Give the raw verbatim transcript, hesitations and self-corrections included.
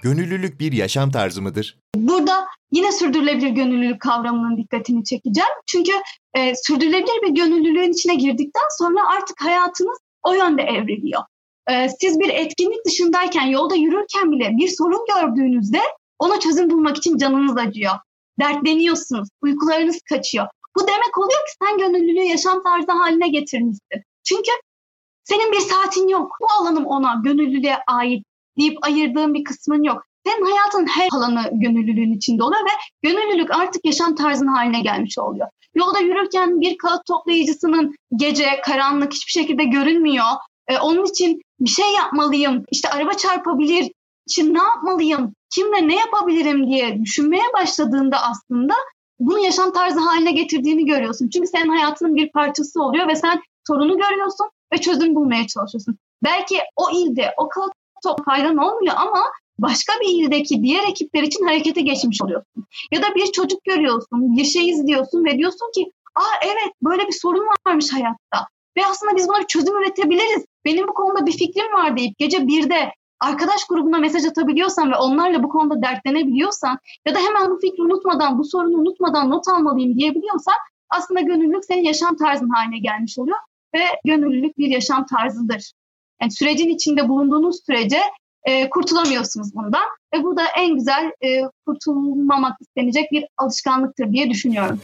Gönüllülük bir yaşam tarzı mıdır? Burada yine sürdürülebilir gönüllülük kavramının dikkatini çekeceğim. Çünkü e, sürdürülebilir bir gönüllülüğün içine girdikten sonra artık hayatınız o yönde evriliyor. E, siz bir etkinlik dışındayken, yolda yürürken bile bir sorun gördüğünüzde ona çözüm bulmak için canınız acıyor. Dertleniyorsunuz, uykularınız kaçıyor. Bu demek oluyor ki sen gönüllülüğü yaşam tarzı haline getirmişsin. Çünkü senin bir saatin yok. Bu alanım ona, gönüllülüğe ait deyip ayırdığın bir kısmın yok. Senin hayatın her alanı gönüllülüğün içinde oluyor ve gönüllülük artık yaşam tarzın haline gelmiş oluyor. Yolda yürürken bir kağıt toplayıcısının gece karanlık hiçbir şekilde görünmüyor. Ee, onun için bir şey yapmalıyım, işte araba çarpabilir, için ne yapmalıyım, kimle ne yapabilirim diye düşünmeye başladığında aslında bunu yaşam tarzı haline getirdiğini görüyorsun. Çünkü senin hayatının bir parçası oluyor ve sen sorunu görüyorsun ve çözüm bulmaya çalışıyorsun. Belki o ilde o kağıt top faydan olmuyor ama başka bir ildeki diğer ekipler için harekete geçmiş oluyorsun. Ya da bir çocuk görüyorsun, bir şey izliyorsun ve diyorsun ki aa evet böyle bir sorun varmış hayatta. Ve aslında biz buna bir çözüm üretebiliriz. Benim bu konuda bir fikrim var deyip gece birde arkadaş grubuna mesaj atabiliyorsan ve onlarla bu konuda dertlenebiliyorsan ya da hemen bu fikri unutmadan, bu sorunu unutmadan not almalıyım diyebiliyorsan aslında gönüllülük senin yaşam tarzın haline gelmiş oluyor ve gönüllülük bir yaşam tarzıdır. Yani sürecin içinde bulunduğunuz sürece e, kurtulamıyorsunuz bundan ve bu da en güzel e, kurtulmamak istenecek bir alışkanlıktır diye düşünüyorum.